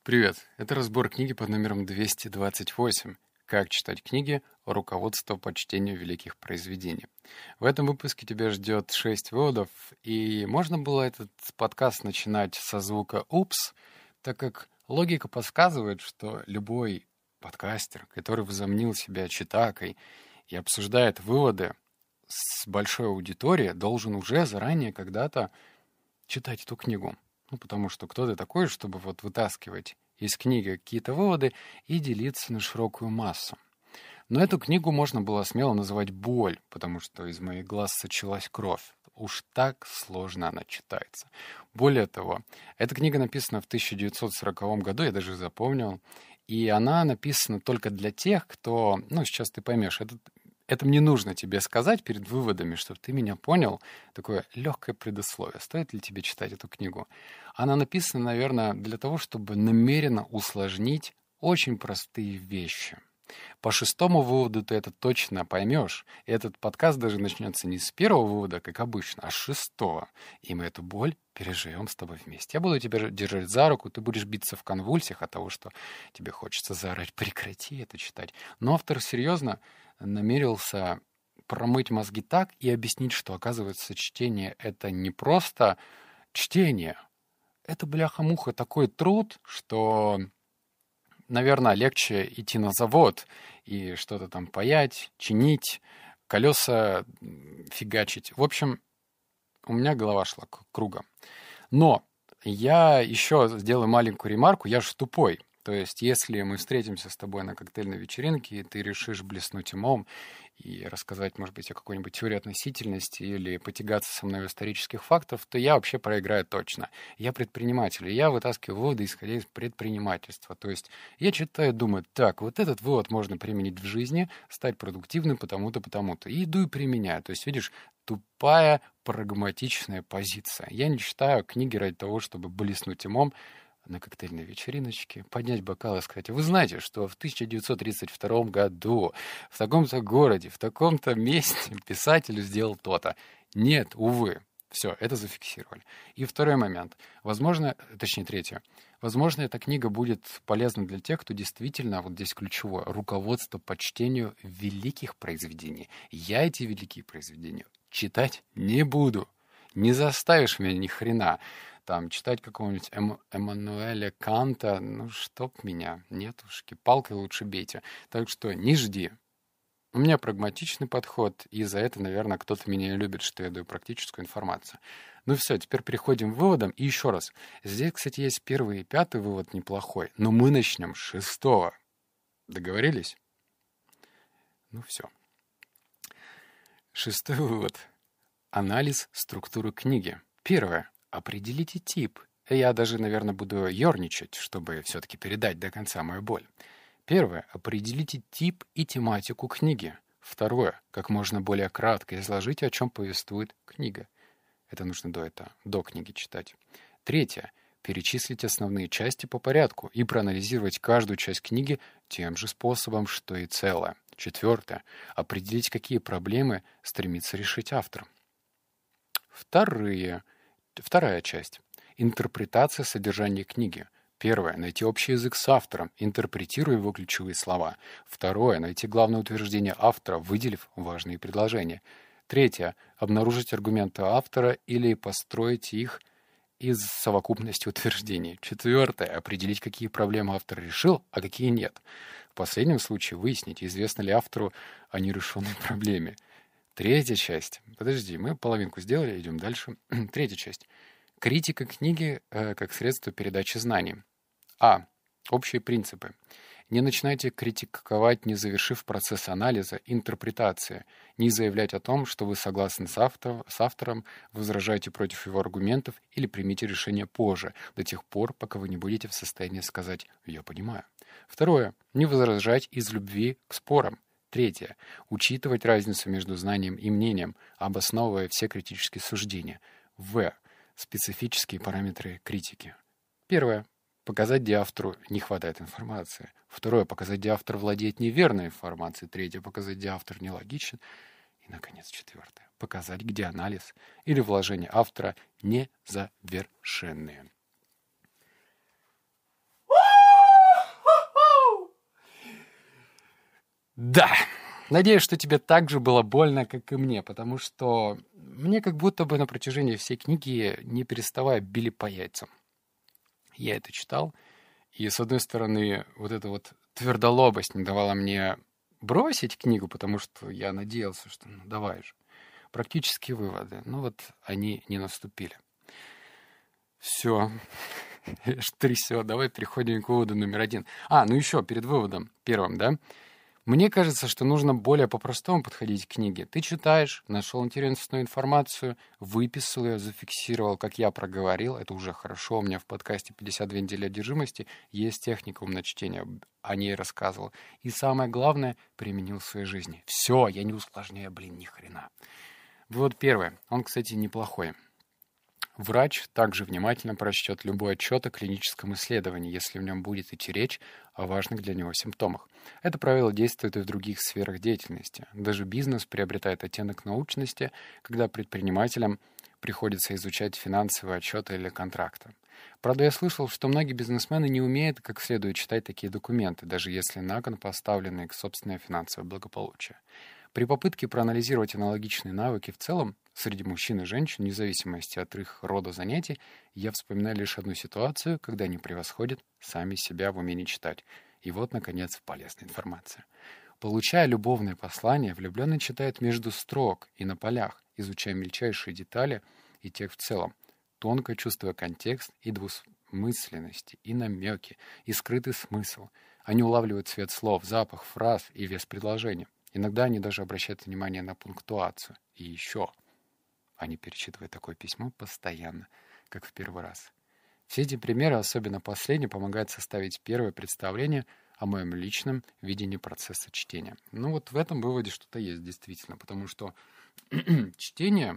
Привет! Это разбор книги под номером 228 «Как читать книги. Руководство по чтению великих произведений». В этом выпуске тебя ждет 6 выводов, и можно было этот подкаст начинать со звука «упс», так как логика подсказывает, что любой подкастер, который возомнил себя читакой и обсуждает выводы с большой аудиторией, должен уже заранее когда-то читать эту книгу. Потому что кто ты такой, чтобы вот вытаскивать из книги какие-то выводы и делиться на широкую массу. Но эту книгу можно было смело называть «Боль», потому что из моих глаз сочилась кровь. Уж так сложно она читается. Более того, эта книга написана в 1940 году, я даже запомнил, и она написана только для тех, кто, сейчас ты поймешь, это мне нужно тебе сказать перед выводами, чтобы ты меня понял. Такое легкое предисловие. Стоит ли тебе читать эту книгу? Она написана, наверное, для того, чтобы намеренно усложнить очень простые вещи. По шестому выводу ты это точно поймешь. И этот подкаст даже начнется не с первого вывода, как обычно, а с шестого. И мы эту боль переживем с тобой вместе. Я буду тебя держать за руку, ты будешь биться в конвульсиях от того, что тебе хочется заорать «прекрати это читать». Но автор серьезно намерился промыть мозги так и объяснить, что, оказывается, чтение — это не просто чтение. Это, бляха-муха, такой труд, что, наверное, легче идти на завод и что-то там паять, чинить, колеса фигачить. В общем, у меня голова шла кругом. Но я еще сделаю маленькую ремарку. Я же тупой. То есть, если мы встретимся с тобой на коктейльной вечеринке, и ты решишь блеснуть умом и рассказать, может быть, о какой-нибудь теории относительности или потягаться со мной в исторических фактов, то я вообще проиграю точно. Я предприниматель, и я вытаскиваю выводы, исходя из предпринимательства. То есть, я читаю, думаю, так, вот этот вывод можно применить в жизни, стать продуктивным потому-то, потому-то. И иду и применяю. То есть, видишь, тупая, прагматичная позиция. Я не читаю книги ради того, чтобы блеснуть умом на коктейльной вечериночке, поднять бокал и сказать: вы знаете, что в 1932 году в таком-то городе, в таком-то месте писатель сделал то-то. Нет, увы. Все, это зафиксировали. И второй момент. Возможно, точнее, третье. Возможно, эта книга будет полезна для тех, кто действительно, вот здесь ключевое, руководство по чтению великих произведений. Я эти великие произведения читать не буду. Не заставишь меня ни хрена. Там, читать какого-нибудь Эммануэля Канта, чтоб меня. Нетушки, палкой лучше бейте. Так что не жди. У меня прагматичный подход, и за это, наверное, кто-то меня и любит, что я даю практическую информацию. Ну все, теперь переходим к выводам. И еще раз. Здесь, кстати, есть первый и пятый вывод неплохой, но мы начнем с шестого. Договорились? Ну все. Шестой вывод. Анализ структуры книги. Первое. Определите тип. Я даже, наверное, буду ерничать, чтобы все-таки передать до конца мою боль. Первое. Определите тип и тематику книги. Второе. Как можно более кратко изложите, о чем повествует книга. Это нужно до книги читать. Третье. Перечислить основные части по порядку и проанализировать каждую часть книги тем же способом, что и целое. Четвертое. Определить, какие проблемы стремится решить автор. Вторая часть. Интерпретация содержания книги. Первое. Найти общий язык с автором, интерпретируя его ключевые слова. Второе. Найти главное утверждение автора, выделив важные предложения. Третье. Обнаружить аргументы автора или построить их из совокупности утверждений. Четвертое. Определить, какие проблемы автор решил, а какие нет. В последнем случае выяснить, известно ли автору о нерешенной проблеме. Третья часть. Подожди, мы половинку сделали, идем дальше. Третья часть. Критика книги как средство передачи знаний. А. Общие принципы. Не начинайте критиковать, не завершив процесс анализа, интерпретации. Не заявлять о том, что вы согласны с автором, возражайте против его аргументов или примите решение позже, до тех пор, пока вы не будете в состоянии сказать «я понимаю». Второе. Не возражать из любви к спорам. Третье. Учитывать разницу между знанием и мнением, обосновывая все критические суждения. В. Специфические параметры критики. Первое. Показать, где автору не хватает информации. Второе. Показать, где автор владеет неверной информацией. Третье. Показать, где автор нелогичен. И, наконец, четвертое. Показать, где анализ или вложение автора незавершенные. Да, надеюсь, что тебе так же было больно, как и мне, потому что мне как будто бы на протяжении всей книги, не переставая, били по яйцам. Я это читал, и, с одной стороны, вот эта вот твердолобость не давала мне бросить книгу, потому что я надеялся, что ну давай же. Практические выводы, ну вот они не наступили. Все, трясет. Давай переходим к выводу номер 1. Ну еще перед выводом первым, да? Мне кажется, что нужно более по-простому подходить к книге. Ты читаешь, нашел интересную информацию, выписал ее, зафиксировал, как я проговорил. Это уже хорошо. У меня в подкасте «52 недели одержимости» есть техника умного чтения. О ней рассказывал. И самое главное, применил в своей жизни. Все, я не усложняю, ни хрена. Вывод первый. Он, кстати, неплохой. Врач также внимательно прочтет любой отчет о клиническом исследовании, если в нем будет идти речь о важных для него симптомах. Это правило действует и в других сферах деятельности. Даже бизнес приобретает оттенок научности, когда предпринимателям приходится изучать финансовые отчеты или контракты. Правда, я слышал, что многие бизнесмены не умеют как следует читать такие документы, даже если на кон поставлены их собственное финансовое благополучие. При попытке проанализировать аналогичные навыки в целом среди мужчин и женщин, вне зависимости от их рода занятий, я вспоминаю лишь одну ситуацию, когда они превосходят сами себя в умении читать. И вот, наконец, полезная информация. Получая любовное послание, влюбленный читает между строк и на полях, изучая мельчайшие детали и тех в целом, тонко чувствуя контекст и двусмысленности, и намеки, и скрытый смысл. Они улавливают цвет слов, запах, фраз и вес предложения. Иногда они даже обращают внимание на пунктуацию. И еще они перечитывают такое письмо постоянно, как в первый раз. Все эти примеры, особенно последний, помогают составить первое представление о моем личном видении процесса чтения. Ну вот в этом выводе что-то есть действительно, потому что чтение,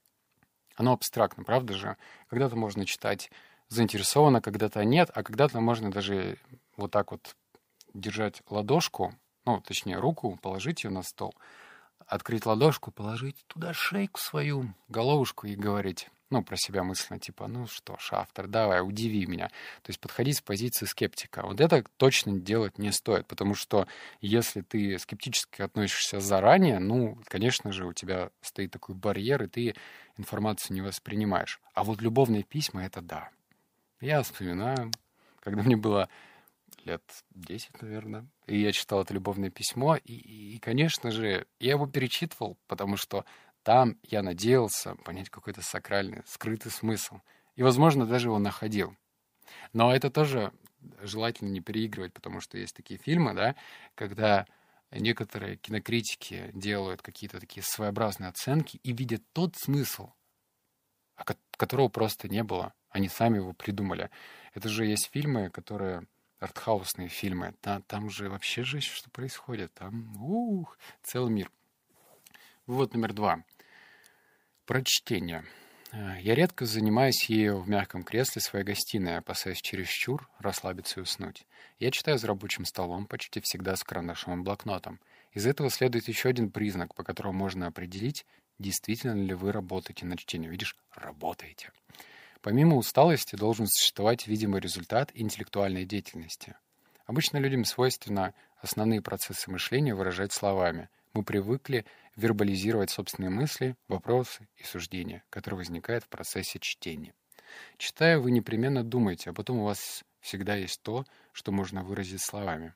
оно абстрактно, правда же? Когда-то можно читать заинтересованно, когда-то нет, а когда-то можно даже вот так вот держать ладошку, точнее, руку, положить ее на стол, открыть ладошку, положить туда шейку свою, головушку и говорить, про себя мысленно, типа, ну что ж, автор, давай, удиви меня. То есть подходить с позиции скептика. Вот это точно делать не стоит, потому что если ты скептически относишься заранее, конечно же, у тебя стоит такой барьер, и ты информацию не воспринимаешь. А вот любовные письма — это да. Я вспоминаю, когда мне было лет 10, наверное. И я читал это любовное письмо, и, конечно же, я его перечитывал, потому что там я надеялся понять какой-то сакральный, скрытый смысл. И, возможно, даже его находил. Но это тоже желательно не переигрывать, потому что есть такие фильмы, да, когда некоторые кинокритики делают какие-то такие своеобразные оценки и видят тот смысл, которого просто не было. Они сами его придумали. Это же есть фильмы, которые артхаусные фильмы. Там же вообще жесть, что происходит. Там, целый мир. Вывод номер 2. Прочтение. Я редко занимаюсь ею в мягком кресле своей гостиной, опасаясь чересчур расслабиться и уснуть. Я читаю за рабочим столом, почти всегда с карандашом и блокнотом. Из этого следует еще один признак, по которому можно определить, действительно ли вы работаете над чтением. Видишь, работаете. Помимо усталости должен существовать видимый результат интеллектуальной деятельности. Обычно людям свойственно основные процессы мышления выражать словами. Мы привыкли вербализировать собственные мысли, вопросы и суждения, которые возникают в процессе чтения. Читая, вы непременно думаете, а потом у вас всегда есть то, что можно выразить словами.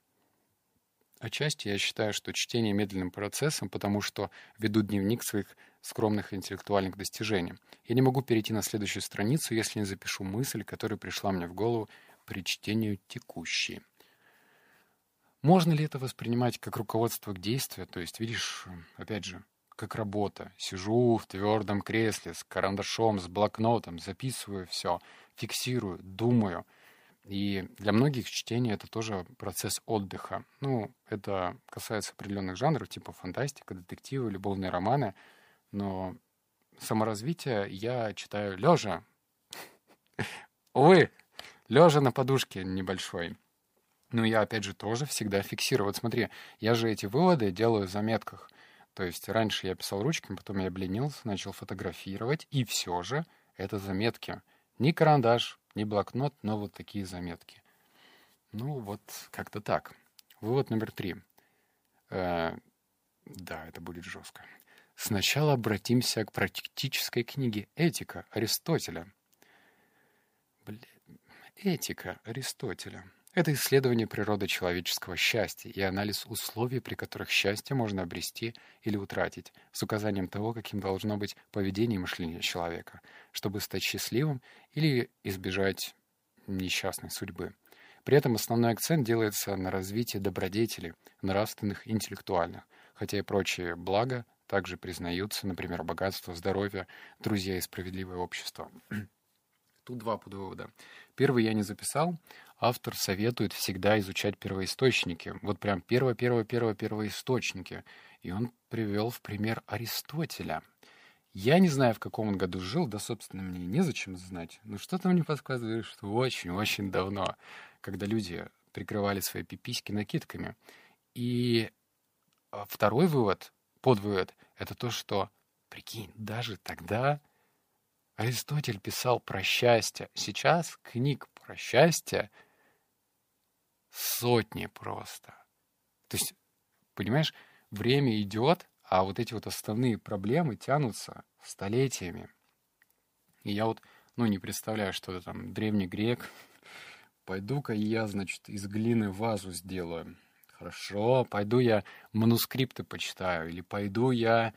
Отчасти я считаю, что чтение медленным процессом, потому что веду дневник своих скромных интеллектуальных достижений. Я не могу перейти на следующую страницу, если не запишу мысль, которая пришла мне в голову при чтении текущей. Можно ли это воспринимать как руководство к действию? То есть, видишь, опять же, как работа. Сижу в твердом кресле с карандашом, с блокнотом, записываю все, фиксирую, думаю. И для многих чтение — это тоже процесс отдыха. Это касается определенных жанров, типа фантастика, детективы, любовные романы. Но саморазвитие я читаю лежа. Увы, лежа на подушке небольшой. Я, опять же, тоже всегда фиксирую. Вот смотри, я же эти выводы делаю в заметках. То есть раньше я писал ручками, потом я обленился, начал фотографировать, и все же это заметки. Ни карандаш, ни блокнот, но вот такие заметки. Вот как-то так. Вывод номер 3. Э, да, это будет жестко. Сначала обратимся к практической книге «Этика» Аристотеля. Этика Аристотеля. Это исследование природы человеческого счастья и анализ условий, при которых счастье можно обрести или утратить, с указанием того, каким должно быть поведение и мышление человека, чтобы стать счастливым или избежать несчастной судьбы. При этом основной акцент делается на развитии добродетелей, нравственных и интеллектуальных, хотя и прочие блага также признаются, например, богатство, здоровье, друзья и справедливое общество. Тут два подвывода. Первый я не записал. Автор советует всегда изучать первоисточники. Вот прям первоисточники. И он привел в пример Аристотеля. Я не знаю, в каком он году жил, да, собственно, мне незачем знать. Но что-то мне подсказывает, что очень-очень давно, когда люди прикрывали свои пиписьки накидками. И второй вывод, подвывод, это то, что, прикинь, даже тогда Аристотель писал про счастье. Сейчас книг про счастье сотни просто. То есть, понимаешь, время идет, а вот эти вот основные проблемы тянутся столетиями. И я вот, не представляю, что это там древний грек. Пойду-ка я, значит, из глины вазу сделаю. Хорошо, пойду я манускрипты почитаю. Или пойду я...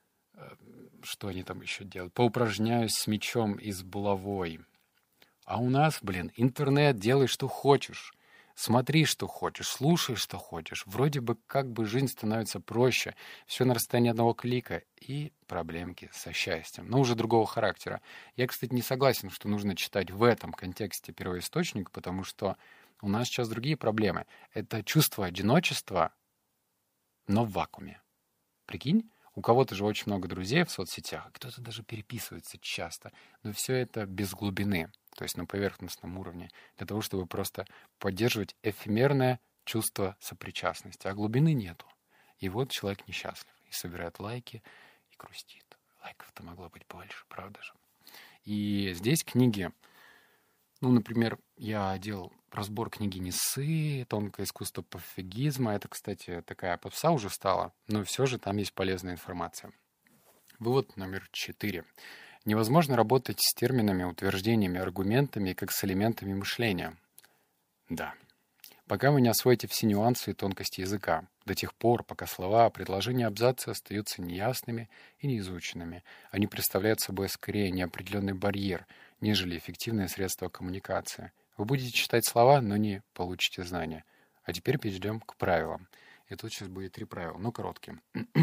Что они там еще делают? Поупражняюсь с мечом и с булавой. А у нас, интернет, делай, что хочешь. Смотри, что хочешь, слушай, что хочешь. Вроде бы как бы жизнь становится проще. Все на расстоянии одного клика. И проблемки со счастьем. Но уже другого характера. Я, кстати, не согласен, что нужно читать в этом контексте первоисточник, потому что у нас сейчас другие проблемы. Это чувство одиночества, но в вакууме. Прикинь? У кого-то же очень много друзей в соцсетях, кто-то даже переписывается часто, но все это без глубины, то есть на поверхностном уровне, для того, чтобы просто поддерживать эфемерное чувство сопричастности, а глубины нету. И вот человек несчастлив, и собирает лайки, и грустит. Лайков-то могло быть больше, правда же? И здесь книги, например, я делал разбор книги Ниссы «Тонкое искусство пофигизма». Это, кстати, такая попса уже стала, но все же там есть полезная информация. Вывод номер 4. Невозможно работать с терминами, утверждениями, аргументами, как с элементами мышления. Да. Пока вы не освоите все нюансы и тонкости языка, до тех пор, пока слова, предложения, абзацы остаются неясными и неизученными. Они представляют собой скорее неопределенный барьер, нежели эффективное средство коммуникации. Вы будете читать слова, но не получите знания. А теперь перейдем к правилам. И тут сейчас будет 3 правила, но короткие.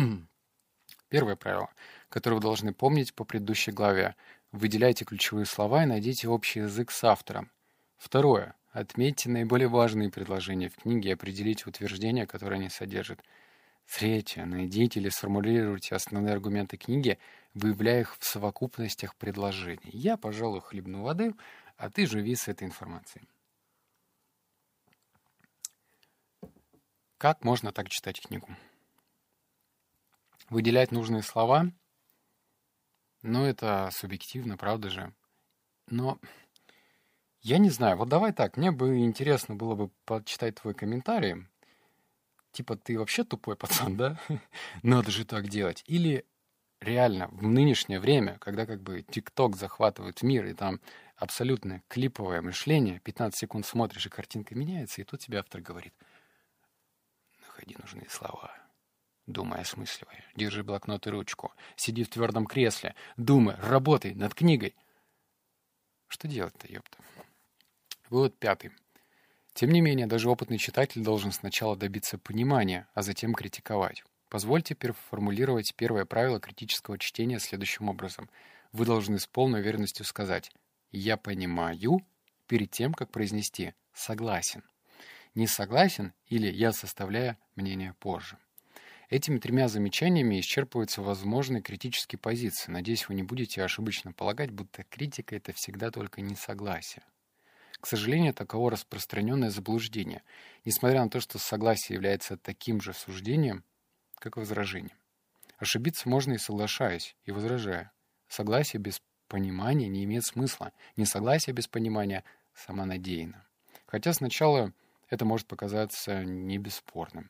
Первое правило, которое вы должны помнить по предыдущей главе. Выделяйте ключевые слова и найдите общий язык с автором. Второе. Отметьте наиболее важные предложения в книге и определите утверждения, которые они содержат. Третье. Найдите или сформулируйте основные аргументы книги, выявляя их в совокупностях предложений. Я, пожалуй, хлебну воды, а ты живи с этой информацией. Как можно так читать книгу? Выделять нужные слова? Это субъективно, правда же? Но я не знаю. Вот давай так, мне бы интересно было бы почитать твой комментарий. Типа, ты вообще тупой пацан, да? Надо же так делать. Или реально в нынешнее время, когда как бы ТикТок захватывает мир, и там абсолютно клиповое мышление, 15 секунд смотришь, и картинка меняется, и тут тебе автор говорит: находи нужные слова, думай, осмысливай, держи блокнот и ручку, сиди в твердом кресле, думай, работай над книгой. Что делать-то, ёпта? Вывод 5. Тем не менее, даже опытный читатель должен сначала добиться понимания, а затем критиковать. Позвольте переформулировать первое правило критического чтения следующим образом. Вы должны с полной уверенностью сказать «я понимаю» перед тем, как произнести «согласен». «Не согласен» или «я составляю мнение позже». Этими 3 замечаниями исчерпываются возможные критические позиции. Надеюсь, вы не будете ошибочно полагать, будто критика — это всегда только несогласие. К сожалению, таково распространенное заблуждение, несмотря на то, что согласие является таким же суждением, как возражение. Ошибиться можно и соглашаясь, и возражая. Согласие без понимания не имеет смысла. Несогласие без понимания самонадеянно. Хотя сначала это может показаться не бесспорным.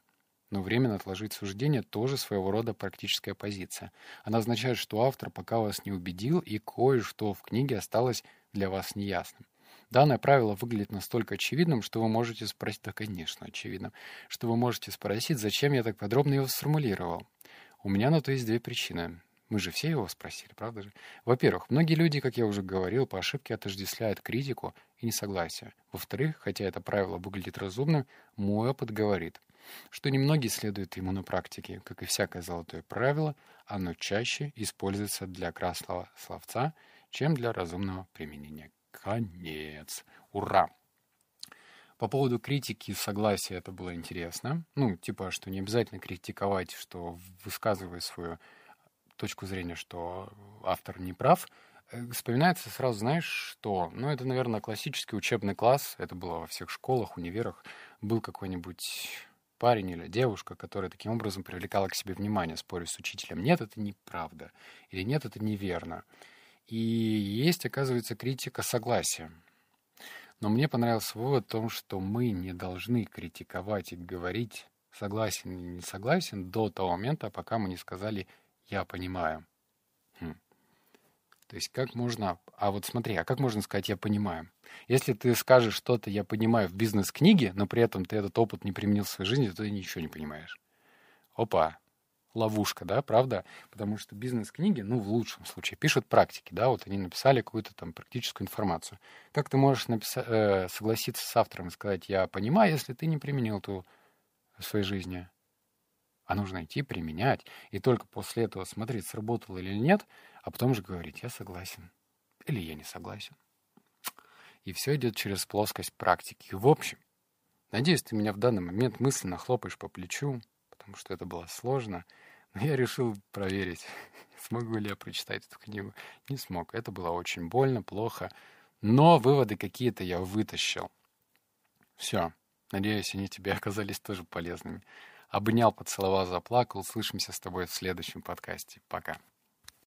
Но временно отложить суждение тоже своего рода практическая позиция. Она означает, что автор пока вас не убедил, и кое-что в книге осталось для вас неясным. Данное правило выглядит настолько очевидным, что вы можете спросить, да, конечно, очевидным, что вы можете спросить, зачем я так подробно его сформулировал. У меня на то есть две причины. Мы же все его спросили, правда же? Во-первых, многие люди, как я уже говорил, по ошибке отождествляют критику и несогласие. Во-вторых, хотя это правило выглядит разумным, мой опыт говорит, что немногие следуют ему на практике. Как и всякое золотое правило, оно чаще используется для красного словца, чем для разумного применения. Конец. Ура! По поводу критики и согласия это было интересно. Ну, типа, что не обязательно критиковать, что высказывая свою точку зрения, что автор не прав. Вспоминается сразу, знаешь, что? Ну, это, наверное, классический учебный класс. Это было во всех школах, универах. Был какой-нибудь парень или девушка, которая таким образом привлекала к себе внимание, споря с учителем. Нет, это неправда. Или нет, это неверно. И есть, оказывается, критика согласия. Но мне понравился вывод о том, что мы не должны критиковать и говорить согласен или не согласен до того момента, пока мы не сказали «я понимаю». То есть как можно... А вот смотри, а как можно сказать «я понимаю»? Если ты скажешь что-то «я понимаю» в бизнес-книге, но при этом ты этот опыт не применил в своей жизни, то ты ничего не понимаешь. Опа! Ловушка, да, правда? Потому что бизнес-книги, ну, в лучшем случае, пишут практики, да, вот они написали какую-то там практическую информацию. Как ты можешь согласиться с автором и сказать «я понимаю», если ты не применил эту в своей жизни? А нужно идти, применять, и только после этого смотреть, сработало или нет, а потом же говорить «я согласен» или «я не согласен». И все идет через плоскость практики. В общем, надеюсь, ты меня в данный момент мысленно хлопаешь по плечу, потому что это было сложно, но я решил проверить, смогу ли я прочитать эту книгу. Не смог. Это было очень больно, плохо, но выводы какие-то я вытащил. Все. Надеюсь, они тебе оказались тоже полезными. Обнял, поцеловал, заплакал. Услышимся с тобой в следующем подкасте. Пока.